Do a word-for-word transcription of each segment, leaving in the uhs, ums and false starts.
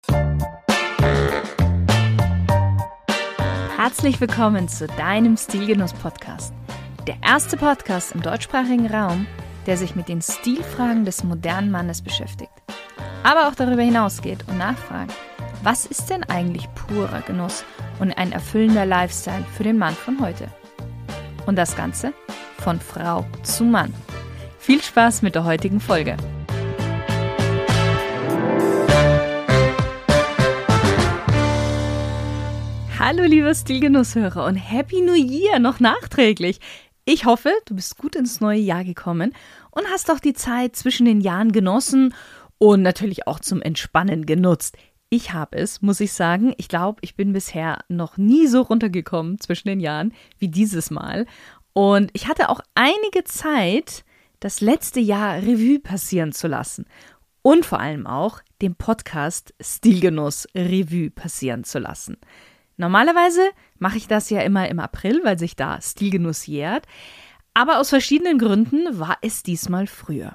Herzlich willkommen zu deinem Stilgenuss-Podcast. Der erste Podcast im deutschsprachigen Raum, der sich mit den Stilfragen des modernen Mannes beschäftigt. Aber auch darüber hinausgeht und nachfragt, was ist denn eigentlich purer Genuss und ein erfüllender Lifestyle für den Mann von heute? Und das Ganze von Frau zu Mann. Viel Spaß mit der heutigen Folge. Hallo lieber Stilgenusshörer und Happy New Year noch nachträglich. Ich hoffe, du bist gut ins neue Jahr gekommen und hast auch die Zeit zwischen den Jahren genossen und natürlich auch zum Entspannen genutzt. Ich habe es, muss ich sagen. Ich glaube, ich bin bisher noch nie so runtergekommen zwischen den Jahren wie dieses Mal. Und ich hatte auch einige Zeit, das letzte Jahr Revue passieren zu lassen. Und vor allem auch den Podcast Stilgenuss Revue passieren zu lassen. Normalerweise mache ich das ja immer im April, weil sich da Stilgenuss jährt. Aber aus verschiedenen Gründen war es diesmal früher.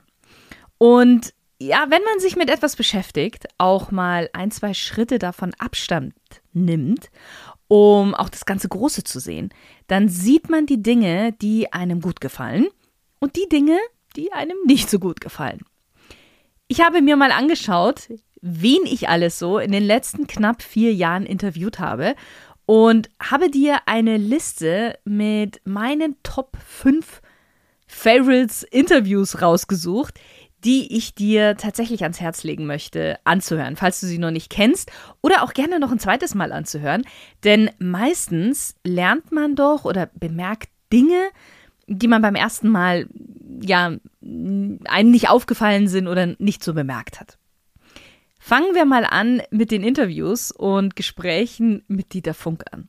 Und ja, wenn man sich mit etwas beschäftigt, auch mal ein, zwei Schritte davon Abstand nimmt, um auch das ganze Große zu sehen, dann sieht man die Dinge, die einem gut gefallen und die Dinge, die einem nicht so gut gefallen. Ich habe mir mal angeschaut, wen ich alles so in den letzten knapp vier Jahren interviewt habe und habe dir eine Liste mit meinen Top fünf Favorites Interviews rausgesucht, die ich dir tatsächlich ans Herz legen möchte, anzuhören, falls du sie noch nicht kennst oder auch gerne noch ein zweites Mal anzuhören. Denn meistens lernt man doch oder bemerkt Dinge, die man beim ersten Mal ja einem nicht aufgefallen sind oder nicht so bemerkt hat. Fangen wir mal an mit den Interviews und Gesprächen mit Dieter Funk an.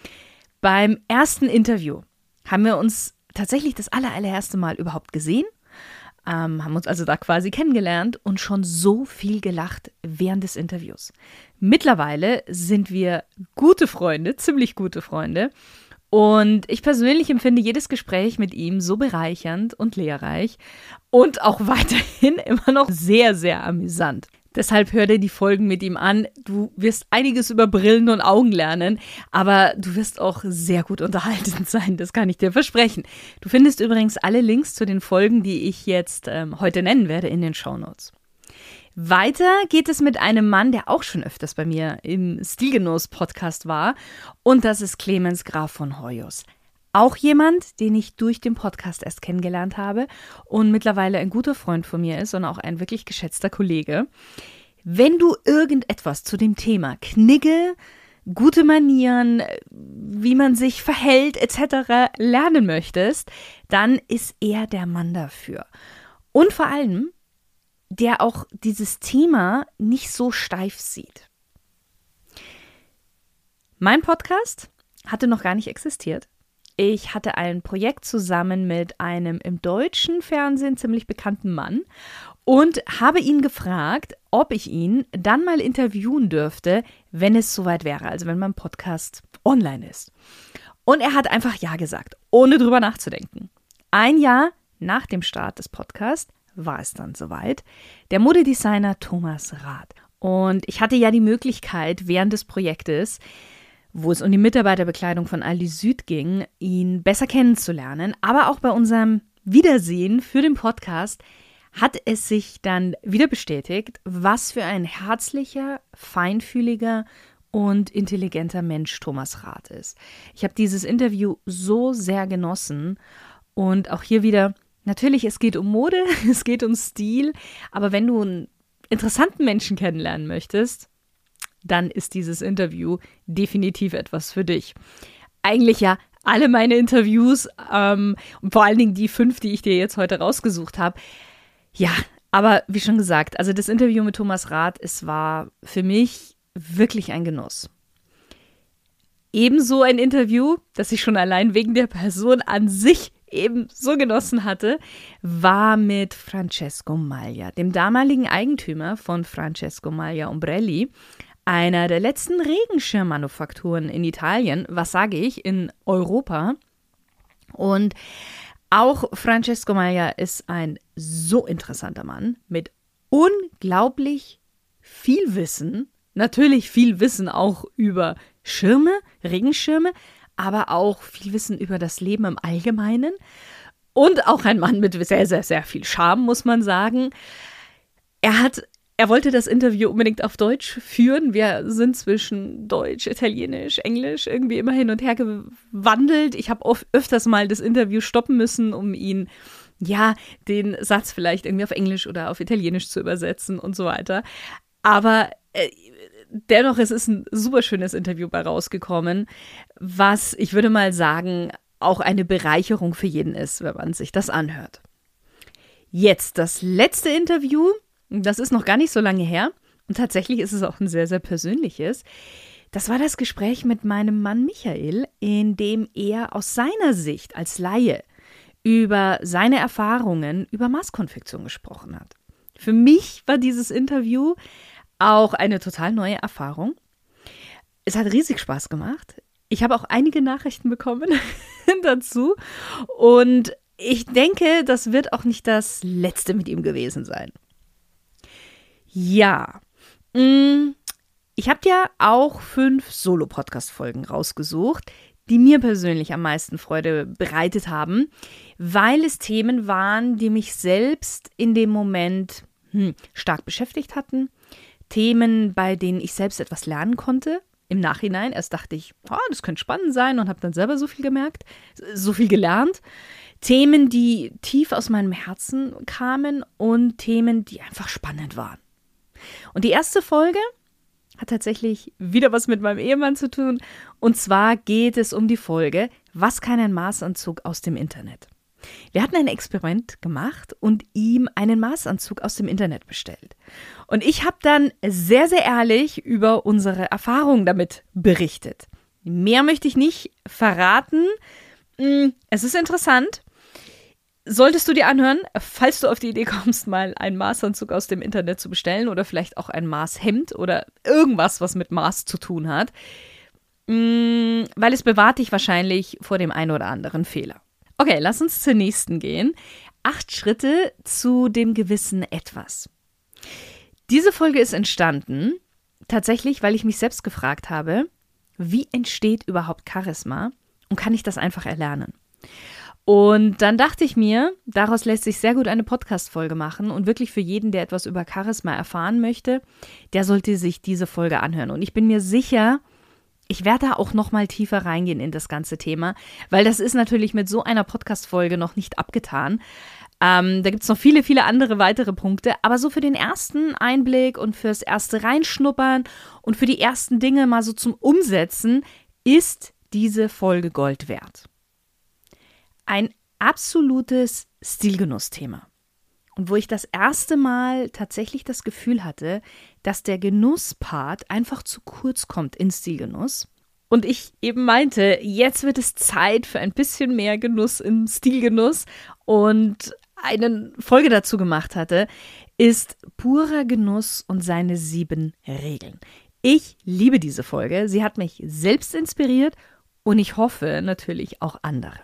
Beim ersten Interview haben wir uns tatsächlich das aller, allererste Mal überhaupt gesehen, ähm, haben uns also da quasi kennengelernt und schon so viel gelacht während des Interviews. Mittlerweile sind wir gute Freunde, ziemlich gute Freunde. Und ich persönlich empfinde jedes Gespräch mit ihm so bereichernd und lehrreich und auch weiterhin immer noch sehr, sehr amüsant. Deshalb hör dir die Folgen mit ihm an. Du wirst einiges über Brillen und Augen lernen, aber du wirst auch sehr gut unterhalten sein, das kann ich dir versprechen. Du findest übrigens alle Links zu den Folgen, die ich jetzt ähm, heute nennen werde, in den Shownotes. Weiter geht es mit einem Mann, der auch schon öfters bei mir im Stilgenuss-Podcast war, und das ist Clemens Graf von Hoyos. Auch jemand, den ich durch den Podcast erst kennengelernt habe und mittlerweile ein guter Freund von mir ist und auch ein wirklich geschätzter Kollege. Wenn du irgendetwas zu dem Thema Knigge, gute Manieren, wie man sich verhält et cetera lernen möchtest, dann ist er der Mann dafür. Und vor allem, der auch dieses Thema nicht so steif sieht. Mein Podcast hatte noch gar nicht existiert. Ich hatte ein Projekt zusammen mit einem im deutschen Fernsehen ziemlich bekannten Mann und habe ihn gefragt, ob ich ihn dann mal interviewen dürfte, wenn es soweit wäre, also wenn mein Podcast online ist. Und er hat einfach ja gesagt, ohne drüber nachzudenken. Ein Jahr nach dem Start des Podcasts war es dann soweit. Der Modedesigner Thomas Rath. Und ich hatte ja die Möglichkeit, während des Projektes, wo es um die Mitarbeiterbekleidung von Aldi Süd ging, ihn besser kennenzulernen. Aber auch bei unserem Wiedersehen für den Podcast hat es sich dann wieder bestätigt, was für ein herzlicher, feinfühliger und intelligenter Mensch Thomas Rath ist. Ich habe dieses Interview so sehr genossen und auch hier wieder, natürlich, es geht um Mode, es geht um Stil, aber wenn du einen interessanten Menschen kennenlernen möchtest, dann ist dieses Interview definitiv etwas für dich. Eigentlich ja alle meine Interviews ähm, und vor allen Dingen die fünf, die ich dir jetzt heute rausgesucht habe. Ja, aber wie schon gesagt, also das Interview mit Thomas Rath, es war für mich wirklich ein Genuss. Ebenso ein Interview, das ich schon allein wegen der Person an sich eben so genossen hatte, war mit Francesco Maglia, dem damaligen Eigentümer von Francesco Maglia Ombrelli, einer der letzten Regenschirmmanufakturen in Italien, was sage ich, in Europa. Und auch Francesco Maglia ist ein so interessanter Mann mit unglaublich viel Wissen natürlich viel Wissen auch über Schirme, Regenschirme, aber auch viel Wissen über das Leben im Allgemeinen. Und auch ein Mann mit sehr, sehr, sehr viel Charme, muss man sagen. Er hat, er wollte das Interview unbedingt auf Deutsch führen. Wir sind zwischen Deutsch, Italienisch, Englisch irgendwie immer hin und her gewandelt. Ich habe oft öfters mal das Interview stoppen müssen, um ihn, ja, den Satz vielleicht irgendwie auf Englisch oder auf Italienisch zu übersetzen und so weiter. Aber äh, dennoch, es ist ein super schönes Interview bei rausgekommen, was, ich würde mal sagen, auch eine Bereicherung für jeden ist, wenn man sich das anhört. Jetzt das letzte Interview, das ist noch gar nicht so lange her und tatsächlich ist es auch ein sehr, sehr persönliches. Das war das Gespräch mit meinem Mann Michael, in dem er aus seiner Sicht als Laie über seine Erfahrungen über Maßkonfektion gesprochen hat. Für mich war dieses Interview auch eine total neue Erfahrung. Es hat riesig Spaß gemacht. Ich habe auch einige Nachrichten bekommen dazu und ich denke, das wird auch nicht das letzte mit ihm gewesen sein. Ja, ich habe ja auch fünf Solo-Podcast-Folgen rausgesucht, die mir persönlich am meisten Freude bereitet haben, weil es Themen waren, die mich selbst in dem Moment hm, stark beschäftigt hatten. Themen, bei denen ich selbst etwas lernen konnte. Im Nachhinein, erst dachte ich, oh, das könnte spannend sein und habe dann selber so viel gemerkt, so viel gelernt. Themen, die tief aus meinem Herzen kamen und Themen, die einfach spannend waren. Und die erste Folge hat tatsächlich wieder was mit meinem Ehemann zu tun. Und zwar geht es um die Folge, was kann ein Maßanzug aus dem Internet? Wir hatten ein Experiment gemacht und ihm einen Maßanzug aus dem Internet bestellt. Und ich habe dann sehr, sehr ehrlich über unsere Erfahrungen damit berichtet. Mehr möchte ich nicht verraten. Es ist interessant. Solltest du dir anhören, falls du auf die Idee kommst, mal einen Maßanzug aus dem Internet zu bestellen oder vielleicht auch ein Maßhemd oder irgendwas, was mit Maß zu tun hat, weil es bewahrt dich wahrscheinlich vor dem einen oder anderen Fehler. Okay, lass uns zur nächsten gehen. Acht Schritte zu dem gewissen Etwas. Diese Folge ist entstanden, tatsächlich, weil ich mich selbst gefragt habe, wie entsteht überhaupt Charisma und kann ich das einfach erlernen? Und dann dachte ich mir, daraus lässt sich sehr gut eine Podcast-Folge machen und wirklich für jeden, der etwas über Charisma erfahren möchte, der sollte sich diese Folge anhören. Und ich bin mir sicher, ich werde da auch noch mal tiefer reingehen in das ganze Thema, weil das ist natürlich mit so einer Podcast-Folge noch nicht abgetan. Ähm, da gibt es noch viele, viele andere weitere Punkte, aber so für den ersten Einblick und fürs erste Reinschnuppern und für die ersten Dinge mal so zum Umsetzen ist diese Folge Gold wert. Ein absolutes Stilgenussthema. Und wo ich das erste Mal tatsächlich das Gefühl hatte, dass der Genusspart einfach zu kurz kommt in Stilgenuss. Und ich eben meinte, jetzt wird es Zeit für ein bisschen mehr Genuss im Stilgenuss. Und eine Folge dazu gemacht hatte, ist purer Genuss und seine sieben Regeln. Ich liebe diese Folge. Sie hat mich selbst inspiriert und ich hoffe natürlich auch andere.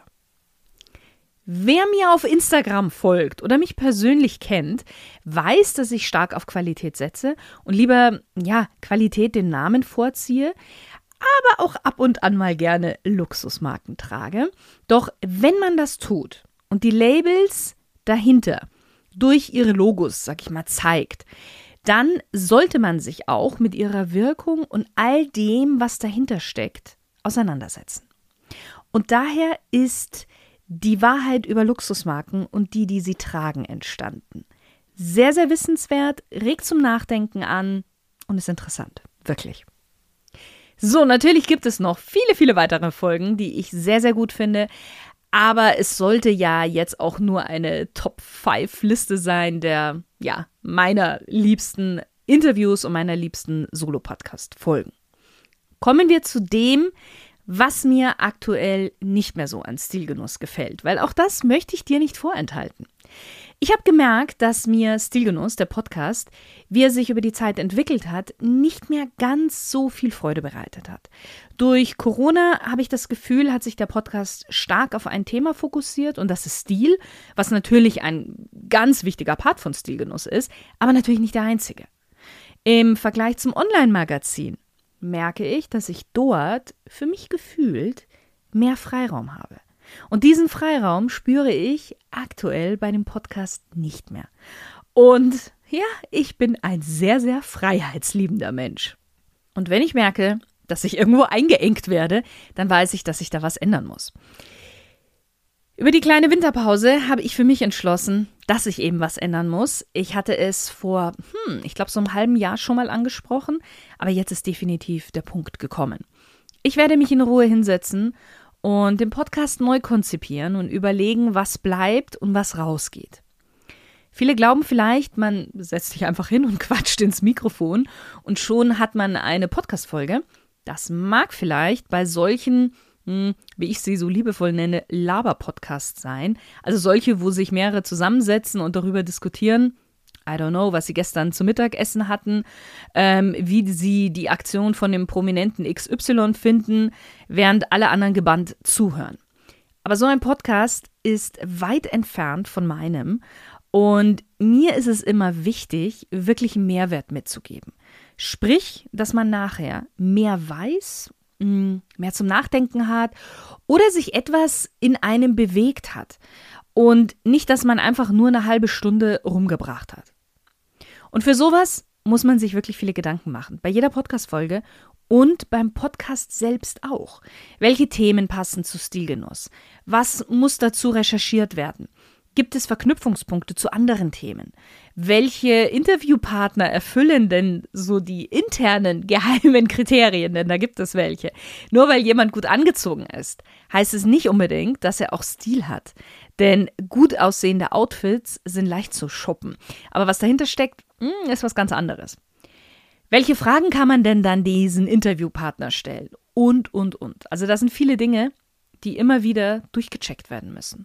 Wer mir auf Instagram folgt oder mich persönlich kennt, weiß, dass ich stark auf Qualität setze und lieber, ja, Qualität den Namen vorziehe, aber auch ab und an mal gerne Luxusmarken trage. Doch wenn man das tut und die Labels dahinter durch ihre Logos, sag ich mal, zeigt, dann sollte man sich auch mit ihrer Wirkung und all dem, was dahinter steckt, auseinandersetzen. Und daher ist die Wahrheit über Luxusmarken und die, die sie tragen, entstanden. Sehr, sehr wissenswert, regt zum Nachdenken an und ist interessant. Wirklich. So, natürlich gibt es noch viele, viele weitere Folgen, die ich sehr, sehr gut finde. Aber es sollte ja jetzt auch nur eine Top fünf Liste sein der, ja, meiner liebsten Interviews und meiner liebsten Solo-Podcast-Folgen. Kommen wir zu dem, was mir aktuell nicht mehr so an Stilgenuss gefällt, weil auch das möchte ich dir nicht vorenthalten. Ich habe gemerkt, dass mir Stilgenuss, der Podcast, wie er sich über die Zeit entwickelt hat, nicht mehr ganz so viel Freude bereitet hat. Durch Corona habe ich das Gefühl, hat sich der Podcast stark auf ein Thema fokussiert und das ist Stil, was natürlich ein ganz wichtiger Part von Stilgenuss ist, aber natürlich nicht der einzige. Im Vergleich zum Online-Magazin merke ich, dass ich dort für mich gefühlt mehr Freiraum habe. Und diesen Freiraum spüre ich aktuell bei dem Podcast nicht mehr. Und ja, ich bin ein sehr, sehr freiheitsliebender Mensch. Und wenn ich merke, dass ich irgendwo eingeengt werde, dann weiß ich, dass ich da was ändern muss. Über die kleine Winterpause habe ich für mich entschlossen, dass ich eben was ändern muss. Ich hatte es vor, hm, ich glaube, so einem halben Jahr schon mal angesprochen, aber jetzt ist definitiv der Punkt gekommen. Ich werde mich in Ruhe hinsetzen und den Podcast neu konzipieren und überlegen, was bleibt und was rausgeht. Viele glauben vielleicht, man setzt sich einfach hin und quatscht ins Mikrofon und schon hat man eine Podcast-Folge. Das mag vielleicht bei solchen, hm, wie ich sie so liebevoll nenne, Laber-Podcasts sein. Also solche, wo sich mehrere zusammensetzen und darüber diskutieren, I don't know, was sie gestern zum Mittagessen hatten, ähm, wie sie die Aktion von dem Prominenten X Y finden, während alle anderen gebannt zuhören. Aber so ein Podcast ist weit entfernt von meinem und mir ist es immer wichtig, wirklich einen Mehrwert mitzugeben. Sprich, dass man nachher mehr weiß, mehr zum Nachdenken hat oder sich etwas in einem bewegt hat und nicht, dass man einfach nur eine halbe Stunde rumgebracht hat. Und für sowas muss man sich wirklich viele Gedanken machen, bei jeder Podcast-Folge und beim Podcast selbst auch. Welche Themen passen zu Stilgenuss? Was muss dazu recherchiert werden? Gibt es Verknüpfungspunkte zu anderen Themen? Welche Interviewpartner erfüllen denn so die internen, geheimen Kriterien? Denn da gibt es welche. Nur weil jemand gut angezogen ist, heißt es nicht unbedingt, dass er auch Stil hat. Denn gut aussehende Outfits sind leicht zu shoppen. Aber was dahinter steckt, ist was ganz anderes. Welche Fragen kann man denn dann diesen Interviewpartner stellen? Und, und, und. Also da sind viele Dinge, die immer wieder durchgecheckt werden müssen.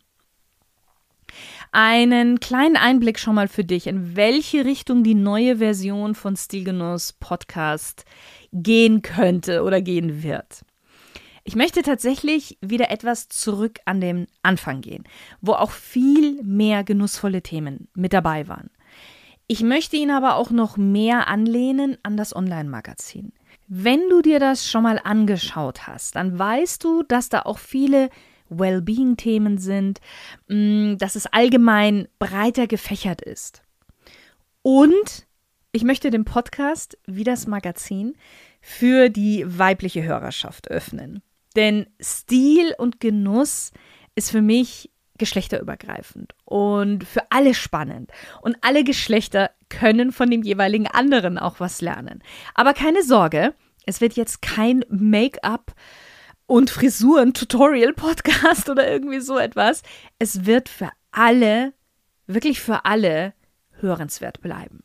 Einen kleinen Einblick schon mal für dich, in welche Richtung die neue Version von Stilgenuss Podcast gehen könnte oder gehen wird. Ich möchte tatsächlich wieder etwas zurück an den Anfang gehen, wo auch viel mehr genussvolle Themen mit dabei waren. Ich möchte ihn aber auch noch mehr anlehnen an das Online-Magazin. Wenn du dir das schon mal angeschaut hast, dann weißt du, dass da auch viele Wellbeing-Themen sind, dass es allgemein breiter gefächert ist. Und ich möchte den Podcast wie das Magazin für die weibliche Hörerschaft öffnen. Denn Stil und Genuss ist für mich geschlechterübergreifend und für alle spannend. Und alle Geschlechter können von dem jeweiligen anderen auch was lernen. Aber keine Sorge, es wird jetzt kein Make-up- und Frisuren-Tutorial-Podcast oder irgendwie so etwas. Es wird für alle, wirklich für alle, hörenswert bleiben.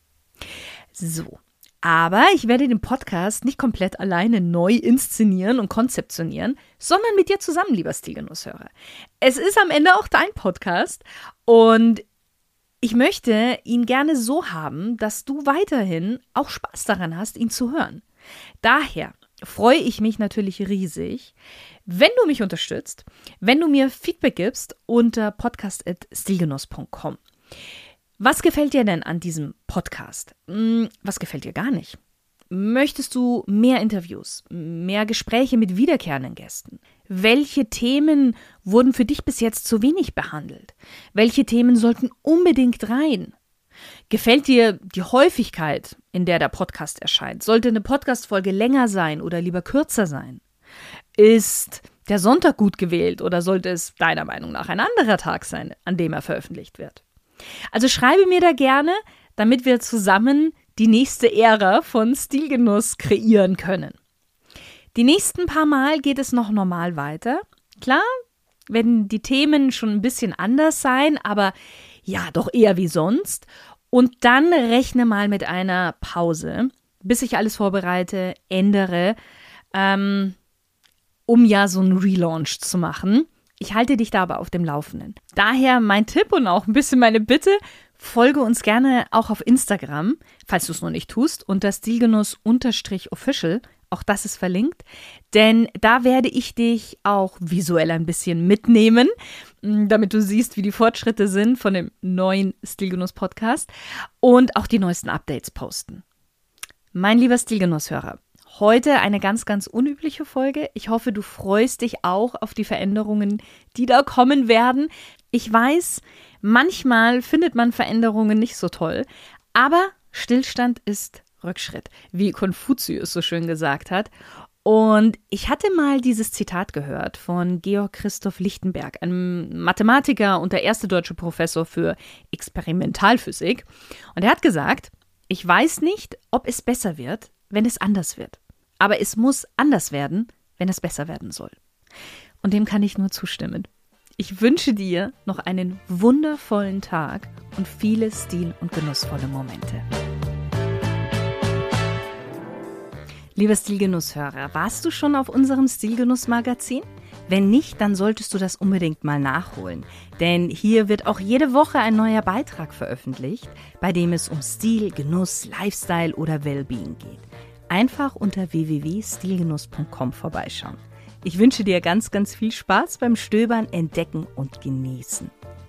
So, aber ich werde den Podcast nicht komplett alleine neu inszenieren und konzeptionieren, sondern mit dir zusammen, lieber Stilgenusshörer. Es ist am Ende auch dein Podcast und ich möchte ihn gerne so haben, dass du weiterhin auch Spaß daran hast, ihn zu hören. Daher freue ich mich natürlich riesig, wenn du mich unterstützt, wenn du mir Feedback gibst unter podcast at stilgenuss punkt com. Was gefällt dir denn an diesem Podcast? Was gefällt dir gar nicht? Möchtest du mehr Interviews, mehr Gespräche mit wiederkehrenden Gästen? Welche Themen wurden für dich bis jetzt zu wenig behandelt? Welche Themen sollten unbedingt rein? Gefällt dir die Häufigkeit, in der der Podcast erscheint? Sollte eine Podcast-Folge länger sein oder lieber kürzer sein? Ist der Sonntag gut gewählt oder sollte es deiner Meinung nach ein anderer Tag sein, an dem er veröffentlicht wird? Also schreibe mir da gerne, damit wir zusammen die nächste Ära von Stilgenuss kreieren können. Die nächsten paar Mal geht es noch normal weiter. Klar, werden die Themen schon ein bisschen anders sein, aber ja, doch eher wie sonst. Und dann rechne mal mit einer Pause, bis ich alles vorbereite, ändere, ähm, um ja so einen Relaunch zu machen. Ich halte dich da aber auf dem Laufenden. Daher mein Tipp und auch ein bisschen meine Bitte, folge uns gerne auch auf Instagram, falls du es noch nicht tust, unter stilgenuss-official. Auch das ist verlinkt, denn da werde ich dich auch visuell ein bisschen mitnehmen, damit du siehst, wie die Fortschritte sind von dem neuen Stilgenuss-Podcast und auch die neuesten Updates posten. Mein lieber Stilgenusshörer, heute eine ganz, ganz unübliche Folge. Ich hoffe, du freust dich auch auf die Veränderungen, die da kommen werden. Ich weiß, manchmal findet man Veränderungen nicht so toll, aber Stillstand ist Rückschritt, wie Konfuzius so schön gesagt hat. Und ich hatte mal dieses Zitat gehört von Georg Christoph Lichtenberg, einem Mathematiker und der erste deutsche Professor für Experimentalphysik. Und er hat gesagt, ich weiß nicht, ob es besser wird, wenn es anders wird. Aber es muss anders werden, wenn es besser werden soll. Und dem kann ich nur zustimmen. Ich wünsche dir noch einen wundervollen Tag und viele stil- und genussvolle Momente. Lieber Stilgenusshörer, warst du schon auf unserem Stilgenuss-Magazin? Wenn nicht, dann solltest du das unbedingt mal nachholen. Denn hier wird auch jede Woche ein neuer Beitrag veröffentlicht, bei dem es um Stil, Genuss, Lifestyle oder Wellbeing geht. Einfach unter w w w punkt stilgenuss punkt com vorbeischauen. Ich wünsche dir ganz, ganz viel Spaß beim Stöbern, Entdecken und Genießen.